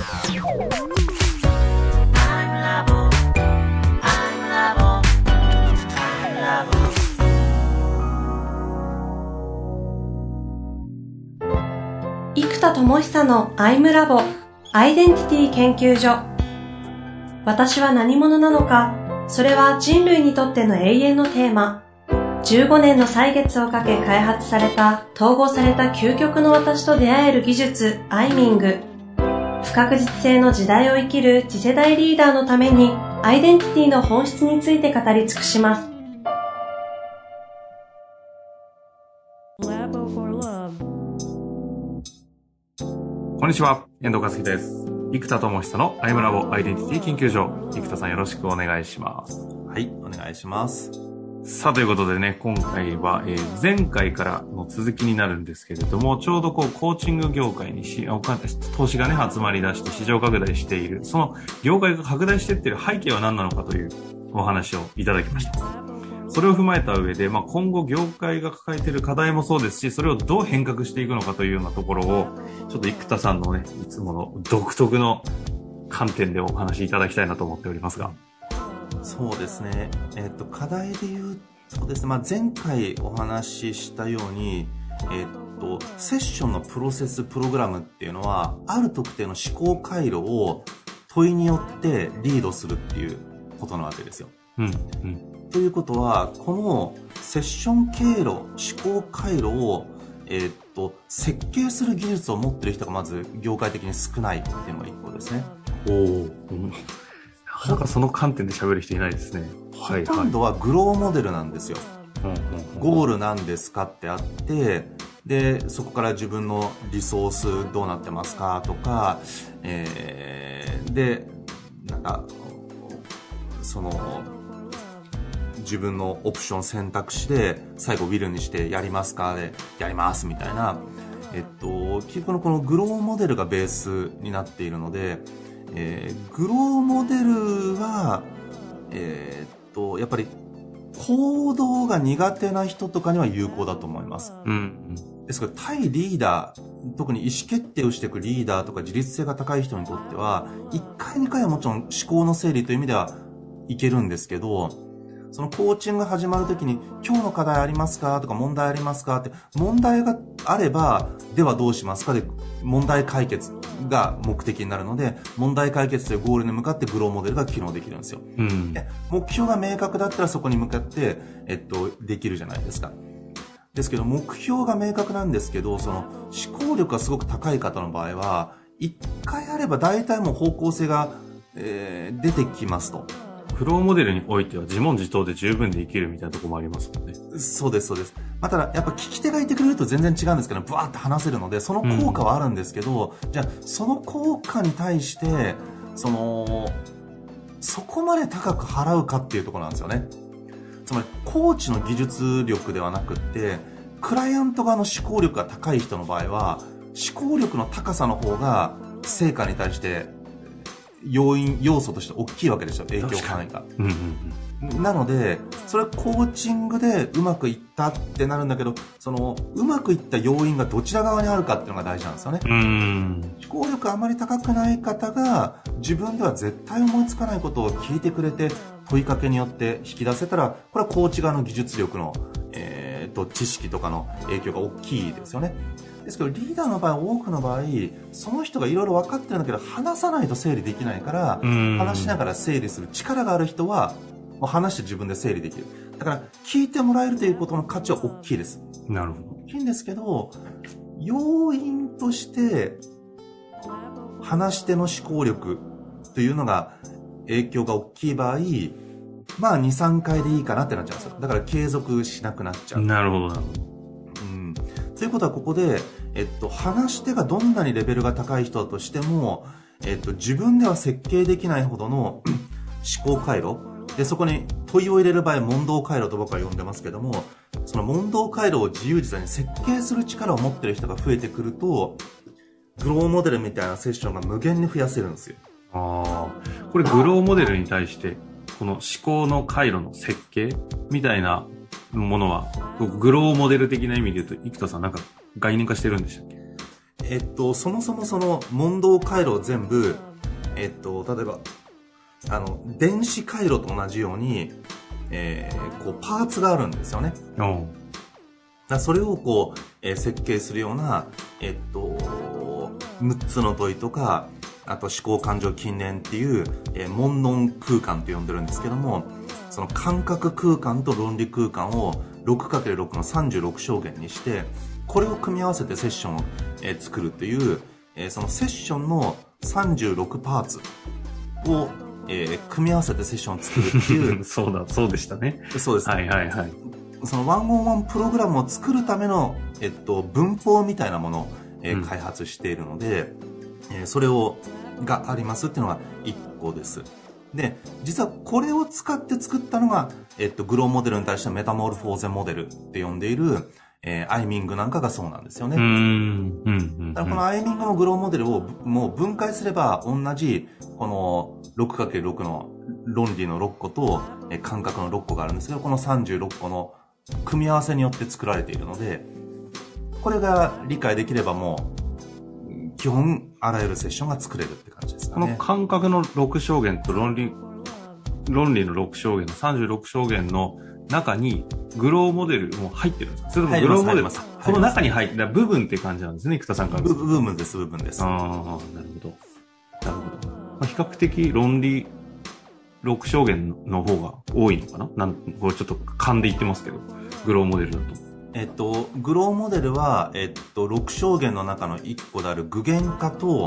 生田智久のアイムラボアイデンティティ研究所。私は何者なのか、それは人類にとっての永遠のテーマ。15年の歳月をかけ開発された統合された究極の私と出会える技術アイミング。不確実性の時代を生きる次世代リーダーのためにアイデンティティの本質について語り尽くします。 こんにちは、遠藤和樹です。生田智久のアイムラボアイデンティティ研究所。生田さんよろしくお願いします。 はい、お願いします。 さあ、ということでね、今回は、前回からの続きになるんですけれども、ちょうどコーチング業界に投資がね、集まり出して市場拡大している、その業界が拡大していっている背景は何なのかというお話をいただきました。それを踏まえた上で、今後業界が抱えている課題もそうですし、それをどう変革していくのかというようなところを、ちょっと生田さんのね、いつもの独特の観点でお話しいただきたいなと思っておりますが。 そうですね。課題で言うとですね、前回お話ししたように、セッションのプロセスプログラムっていうのは、ある特定の思考回路を問いによってリードするっていうことなわけですよ。ということは、このセッション経路、思考回路を、設計する技術を持っている人がまず業界的に少ないっていうのが一個ですね。 なかなかその観点で喋る人いないですね。 ほとんどはグローモデルなんですよ。ゴールなんですかってあって、で、そこから自分のリソースどうなってますかとか、で、自分のオプション選択肢で最後ウィルにしてやりますかでやりますみたいな、結局このグローモデルがベースになっているので、グローモデルは、やっぱり行動が苦手な人とかには有効だと思います。ですから対リーダー、特に意思決定をしていくリーダーとか自律性が高い人にとっては、1回2回はもちろん思考の整理という意味ではいけるんですけど、そのコーチングが始まるときに、今日の課題ありますかとか問題ありますかって、問題があれば、ではどうしますかで、問題解決が目的になるので、問題解決というゴールに向かってグローモデルが機能できるんですよ。で、目標が明確だったらそこに向かって、できるじゃないですか。ですけど、目標が明確なんですけど、その思考力がすごく高い方の場合は、一回あれば大体もう方向性が、出てきますと。 グローモデルにおいては自問自答で十分で生きるみたいなところもありますもんね。 そうです、そうです。ただ、やっぱ聞き手がいてくれると全然違うんですけど、ブワーって話せるので、その効果はあるんですけど、じゃあ、その効果に対して、そこまで高く払うかっていうところなんですよね。つまり、コーチの技術力ではなくって、クライアント側の思考力が高い人の場合は、思考力の高さの方が、成果に対して、要素として大きいわけですよ、影響範囲が。なので、それはコーチングでうまくいったってなるんだけど、うまくいった要因がどちら側にあるかっていうのが大事なんですよね。思考力あまり高くない方が、自分では絶対思いつかないことを聞いてくれて、問いかけによって引き出せたら、これはコーチ側の技術力の、知識とかの影響が大きいですよね。ですけど、リーダーの場合、多くの場合、その人がいろいろ分かってるんだけど、話さないと整理できないから、話しながら整理する力がある人は、もう話して自分で整理できる。だから、聞いてもらえるということの価値は大きいです。 なるほど。 大きいんですけど、要因として、話し手の思考力というのが、影響が大きい場合、2、3回でいいかなってなっちゃうんですよ。だから、継続しなくなっちゃう。 なるほど、なるほど。 ということはここで、話し手がどんなにレベルが高い人だとしても、自分では設計できないほどの思考回路で、そこに問いを入れる場合、問答回路と僕は呼んでますけども、その問答回路を自由自在に設計する力を持っている人が増えてくると、グローモデルみたいなセッションが無限に増やせるんですよ。 これグローモデルに対して、この思考の回路の設計みたいなものは、グローモデル的な意味で言うと、生田さんなんか概念化してるんでしたっけ？ そもそもその問答回路を全部、例えば、電子回路と同じように、こう、パーツがあるんですよね。それをこう、設計するような、6つの問いとか、あと思考感情近年っていう、問答空間と呼んでるんですけども、その感覚空間と論理空間を 6×6 の36象限にして、これを組み合わせてセッションを、作るっていう、そのセッションの36パーツを、組み合わせてセッションを作るっていうそうでしたね。 そうです。 はいはいはい。 その101プログラムを作るための、文法みたいなものを、開発しているので、それがありますっていうのが1個です。で、実はこれを使って作ったのが、グローモデルに対してメタモルフォーゼモデルって呼んでいる、アイミングなんかがそうなんですよね。だからこのアイミングのグローモデルをもう分解すれば同じこの 6×6 の論理の6個と感覚の6個があるんですけど、この36個の組み合わせによって作られているので、これが理解できればもう基本あらゆるセッションが作れるって感じですかね。 この感覚の6象限と論理の6象限の36象限の中にグローモデルも入ってるんですか？それともグローモデルこの中に入った部分って感じなんですね、生田さんから。 部分です。 ああ、なるほど。比較的論理6象限の方が多いのかな？これちょっと勘で言ってますけど、グローモデルだと。 グローモデルは、6象限の中の1個である具現化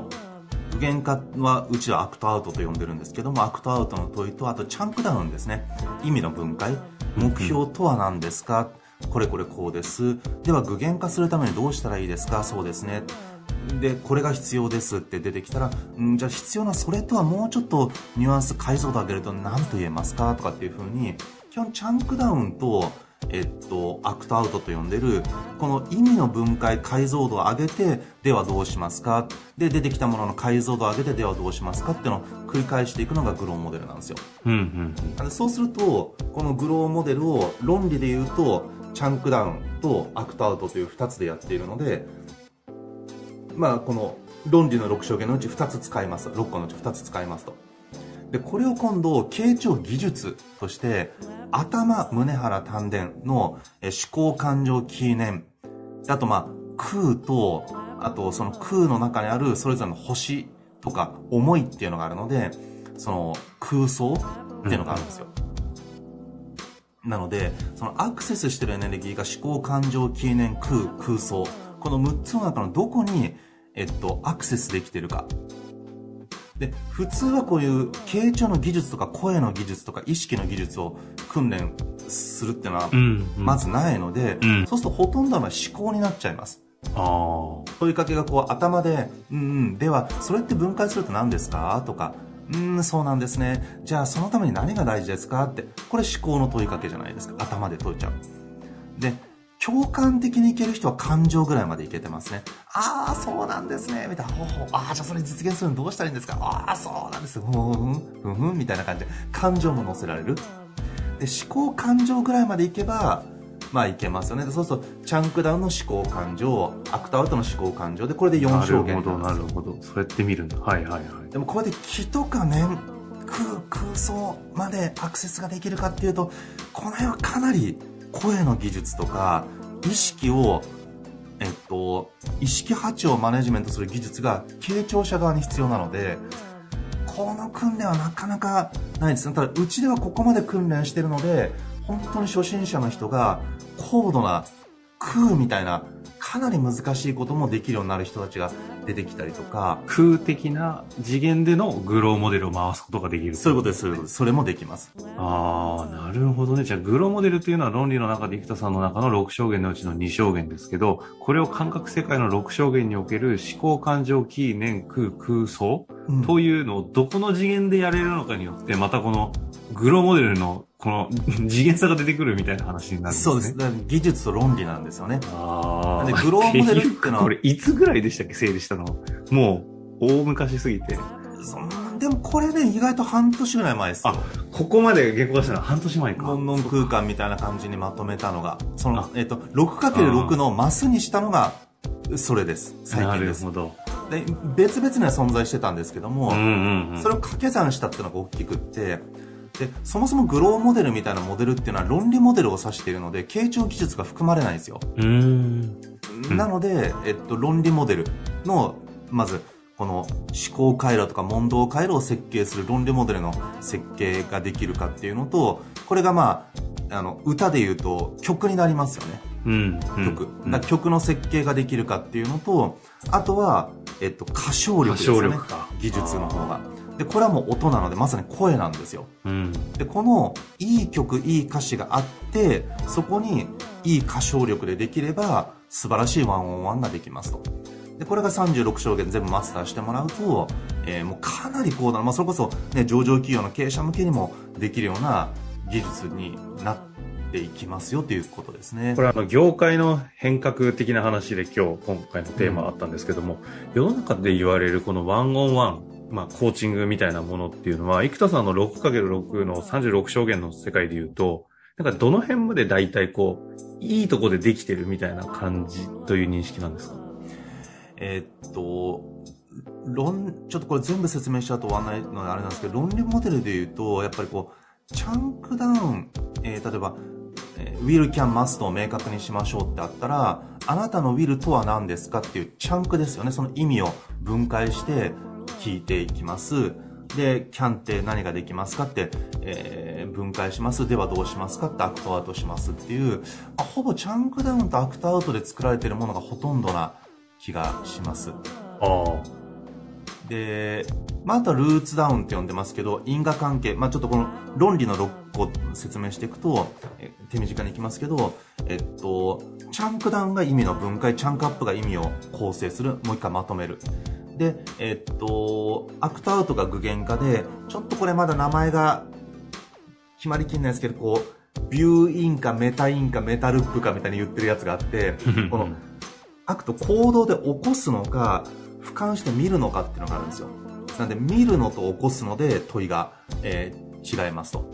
はうちはアクトアウトと呼んでるんですけども、アクトアウトの問いと、あとチャンクダウンですね。意味の分解。目標とは何ですか？これこうです。では具現化するためにどうしたらいいですか？そうですね。で、これが必要ですって出てきたら、じゃあ必要なそれとはもうちょっとニュアンス解像度上げると何と言えますか？とかっていう風に、基本チャンクダウンとアクトアウトと呼んでるこの意味の分解解像度を上げてではどうしますか、で出てきたものの解像度を上げてではどうしますかっていうのを繰り返していくのがグローモデルなんですよ。そうするとこのグローモデルを論理で言うとチャンクダウンとアクトアウトという2つでやっているので、まあこの論理の6象限のうち2つ使います。6個のうち2つ使いますと。でこれを今度傾聴技術として頭、胸腹、丹田の思考感情記念、あと空と、あとその空の中にあるそれぞれの星とか思いっていうのがあるので、その空想っていうのがあるんですよ。なのでそのアクセスしてるエネルギーが思考感情記念空想、この6つの中のどこにアクセスできてるか。で普通はこういう傾聴の技術とか声の技術とか意識の技術を訓練するっていうのはまずないので、そうするとほとんどは思考になっちゃいます。問いかけがこう頭でではそれって分解すると何ですかとか、そうなんですね、じゃあそのために何が大事ですかって、これ思考の問いかけじゃないですか。頭で問いちゃう。で共感的にいける人は感情ぐらいまでいけてますね。ああ、そうなんですね。みたいな。ああ、じゃあそれ実現するのどうしたらいいんですか？ああ、そうなんです。みたいな感じで感情も乗せられる。で、思考感情ぐらいまでいけば、いけますよね。でそうすると、チャンクダウンの思考感情、アクトアウトの思考感情で、これで4象限なるほど。そうやって見るんだ。はい。 でもこれで気とか念、空想までアクセスができるかっていうと、この辺はかなり声の技術とか意識を、意識波長をマネジメントする技術が傾聴者側に必要なので、この訓練はなかなかないですね。ただうちではここまで訓練してるので、本当に初心者の人が高度な空みたいなかなり難しいこともできるようになる人たちが出てきたりとか、 空的な次元でのグローモデルを回すことができる。 そういうことです。それもできます。 ああ、なるほどね。じゃあグローモデルというのは論理の中で生田さんの中の6象限のうちの2象限ですけど、これを感覚世界の6象限における思考感情記念空想というのをどこの次元でやれるのかによって、またこのグローモデルのこの次元差が出てくるみたいな話になるんですね。 そうです。だから技術と論理なんですよね。 でグローモデルってのはこれいつぐらいでしたっけ、整理したの？もう大昔すぎて。 でもこれね、意外と半年ぐらい前ですよ。 ここまで言語化したのは半年前か。 ノンノン空間みたいな感じにまとめたのが、その6×6 のマスにしたのがそれです。最近です。 なるほど。 で、別々には存在してたんですけども、 うんうんうん、 それを掛け算したっていうのが大きくって、で、そもそもグローモデルみたいなモデルっていうのは論理モデルを指しているので、傾聴技術が含まれないんですよ。なので、論理モデルの、まず、この思考回路とか問答回路を設計する論理モデルの設計ができるかっていうのと、これがまあ、歌で言うと曲になりますよね。曲。だから曲の設計ができるかっていうのと、あとは、歌唱力ですよね。技術の方が。で、これはもう音なので、まさに声なんですよ。で、この、いい曲、いい歌詞があって、そこに、いい歌唱力でできれば、素晴らしいワンオンワンができますと。で、これが36証言全部マスターしてもらうと、もうかなり高度な、まあ、それこそ、ね、上場企業の経営者向けにもできるような技術になっていきますよということですね。 これは業界の変革的な話で今回のテーマあったんですけども、世の中で言われるこのワンオンワン、まあ、コーチングみたいなものっていうのは、生田さんの 6×6 の36証言の世界で言うと、なんかどの辺まで大体こう、いいとこでできてるみたいな感じという認識なんですか？ ちょっとこれ全部説明しちゃうと終わらないのであれなんですけど、論理モデルで言うと、やっぱりこう、チャンクダウン、例えば、will, can, must を明確にしましょうってあったら、あなたの will とは何ですかっていうチャンクですよね。その意味を分解して聞いていきます。で、can って何ができますかって、分解します。ではどうしますかってアクトアウトしますっていう、ほぼチャンクダウンとアクトアウトで作られているものがほとんどな気がします。で、あとはルーツダウンって呼んでますけど、因果関係、ちょっとこの論理の6個説明していくと、手短にいきますけど、チャンクダウンが意味の分解、チャンクアップが意味を構成する、もう一回まとめる。で、アクトアウトが具現化で、ちょっとこれまだ名前が決まりきんないですけど、こう、ビューインかメタインかメタルップかみたいに言ってるやつがあって、この、アクト行動で起こすのか、俯瞰して見るのかっていうのがあるんですよ。なんで、見るのと起こすので問いが、違いますと。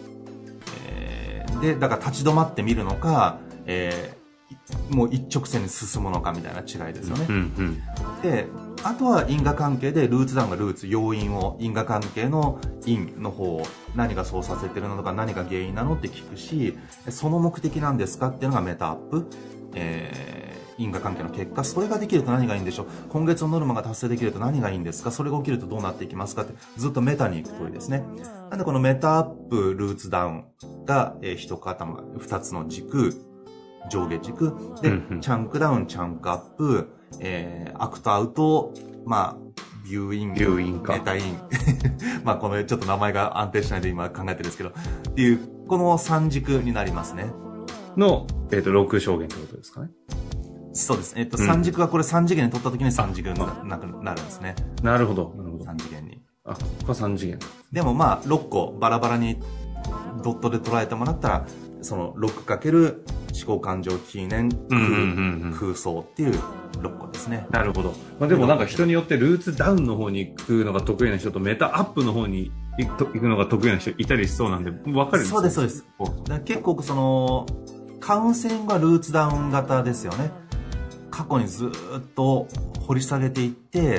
で、だから立ち止まって見るのか、もう一直線に進むのかみたいな違いですよね。で、あとは因果関係でルーツダウンがルーツ、要因を、因果関係の因の方を何がそうさせてるのか何が原因なのって聞くし、その目的なんですかっていうのがメタアップ。因果関係の結果、それができると何がいいんでしょう、今月のノルマが達成できると何がいいんですか、それが起きるとどうなっていきますかってずっとメタに行く問いですね。なんでこのメタアップ、ルーツダウンが、一塊、二つの軸、上下軸で、チャンクダウン、チャンクアップ、アクトアウト、ビューインかメタインこのちょっと名前が安定しないで今考えてるんですけどっていうこの3軸になりますねの、6証言ってことですかね。 そうです。3軸がこれ3次元に取った時に3軸になるんですね。 なるほど。 3次元に。 ここは3次元。 でも6個バラバラにドットで捉えてもらったら、その 6× 思考感情記念空想っていう6個ですね。 なるほど。でもなんか人によってルーツダウンの方に行くのが得意な人とメタアップの方に行くのが得意な人いたりしそうなんで分かるんですか？ そうです。だ結構そのカウンセリングはルーツダウン型ですよね。過去にずっと掘り下げていって、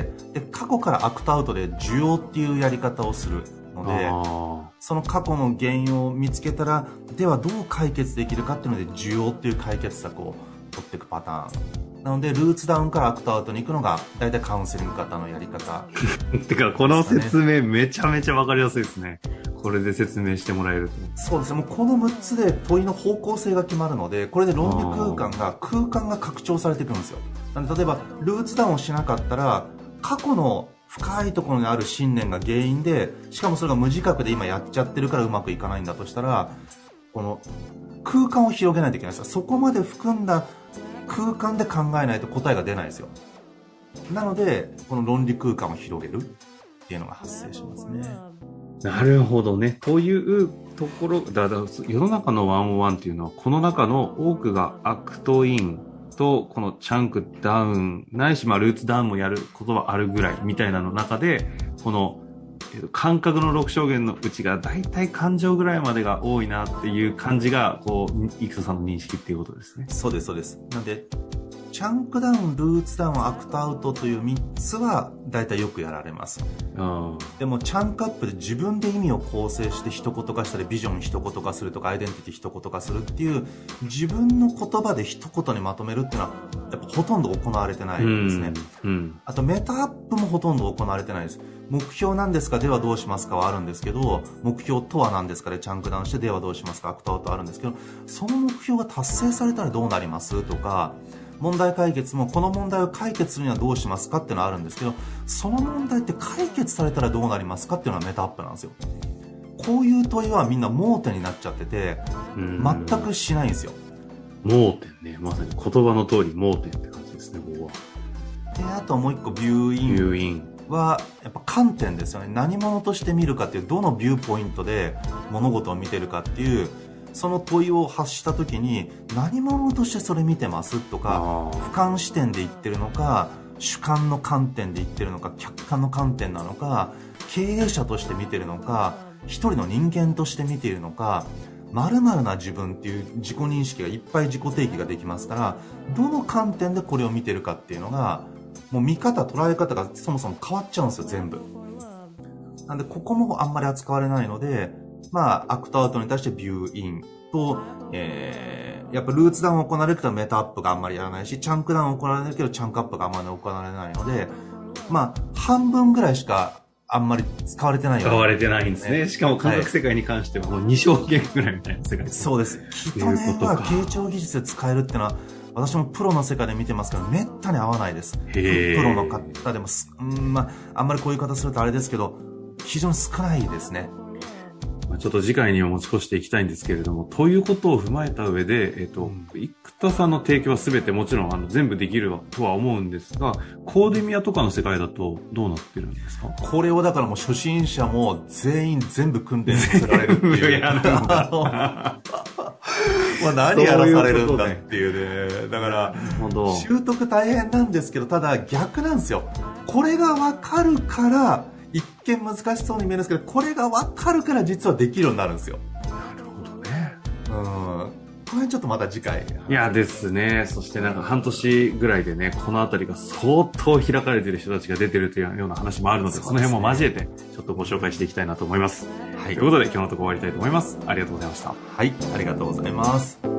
で過去からアクトアウトで需要っていうやり方をするので、その過去の原因を見つけたら、ではどう解決できるかっていうので需要っていう解決策を取っていくパターンなので、ルーツダウンからアクトアウトに行くのが大体カウンセリング型のやり方、ね、 てかこの説明めちゃめちゃ分かりやすいですね。これで説明してもらえると。 そうですね。もうこの6つで問いの方向性が決まるので、これで論理空間が拡張されていくんですよ。なので例えばルーツダウンをしなかったら、過去の深いところにある信念が原因で、しかもそれが無自覚で今やっちゃってるからうまくいかないんだとしたら、この空間を広げないといけないです。そこまで含んだ空間で考えないと答えが出ないですよ。なのでこの論理空間を広げるっていうのが発生しますね。 なるほどね。というところだ、世の中の101っていうのは、この中の多くがアクトインとこのチャンクダウンないし、ルーツダウンもやることはあるぐらいみたいなの中で、この感覚の6証言のうちがだいたい感情ぐらいまでが多いなっていう感じが、こう生田さんの認識っていうことですね。 そうです。なんでチャンクダウン、ルーツダウン、アクトアウトという3つは大体よくやられます。でもチャンクアップで自分で意味を構成して一言化したり、ビジョン一言化するとか、アイデンティティ一言化するっていう自分の言葉で一言にまとめるっていうのはやっぱほとんど行われてないですね。あとメタアップもほとんど行われてないです。目標なんですか、ではどうしますかはあるんですけど、目標とは何ですかでチャンクダウンして、ではどうしますか、アクトアウトあるんですけど、その目標が達成されたらどうなりますとか、問題解決もこの問題を解決するにはどうしますかっていうのはあるんですけど、その問題って解決されたらどうなりますかっていうのはメタアップなんですよ。こういう問いはみんな盲点になっちゃってて、全くしないんですよ。 盲点ね、まさに言葉の通り盲点って感じですね、ここは。 で、あともう一個ビューインはやっぱ観点ですよね。何者として見るかっていう、どのビューポイントで物事を見てるかっていう、その問いを発した時に何者としてそれ見てますとか、俯瞰視点で言ってるのか、主観の観点で言ってるのか、客観の観点なのか、経営者として見てるのか、一人の人間として見ているのか、〇〇な自分っていう自己認識がいっぱい自己定義ができますから、どの観点でこれを見てるかっていうのが、もう見方、捉え方がそもそも変わっちゃうんですよ、全部。なんでここもあんまり扱われないので、アクトアウトに対してビューインと、やっぱルーツダウンを行われるけどメタアップがあんまりやらないし、チャンクダウンを行われるけどチャンクアップがあんまり行われないので、半分ぐらいしかあんまり使われてないよね。 使われてないんですね。しかも感覚世界に関してはもう2小限ぐらいみたいな世界です。 そうです。きっとね、傾聴技術で使えるっていうのは、私もプロの世界で見てますけど、めったに合わないです。プロの方でも、あんまりこういう言い方するとあれですけど、非常に少ないですね。 ちょっと次回には持ち越していきたいんですけれども、ということを踏まえた上で、生田さんの提供は全てもちろん全部できるとは思うんですが、コーデミアとかの世界だとどうなってるんですか？ これをだからもう初心者も全部訓練させられるっていう。何やらされるんだっていうね。だから、習得大変なんですけど、ただ逆なんですよ。これがわかるから、一見難しそうに見えるんですけど、これが分かるから実はできるようになるんですよ。 なるほどね。 これちょっとまた次回。 いやですね。そして半年ぐらいでね、このあたりが相当開かれている人たちが出てるというような話もあるので、その辺も交えてちょっとご紹介していきたいなと思います。はい。ということで今日のところ終わりたいと思います。ありがとうございました。 はい、ありがとうございます。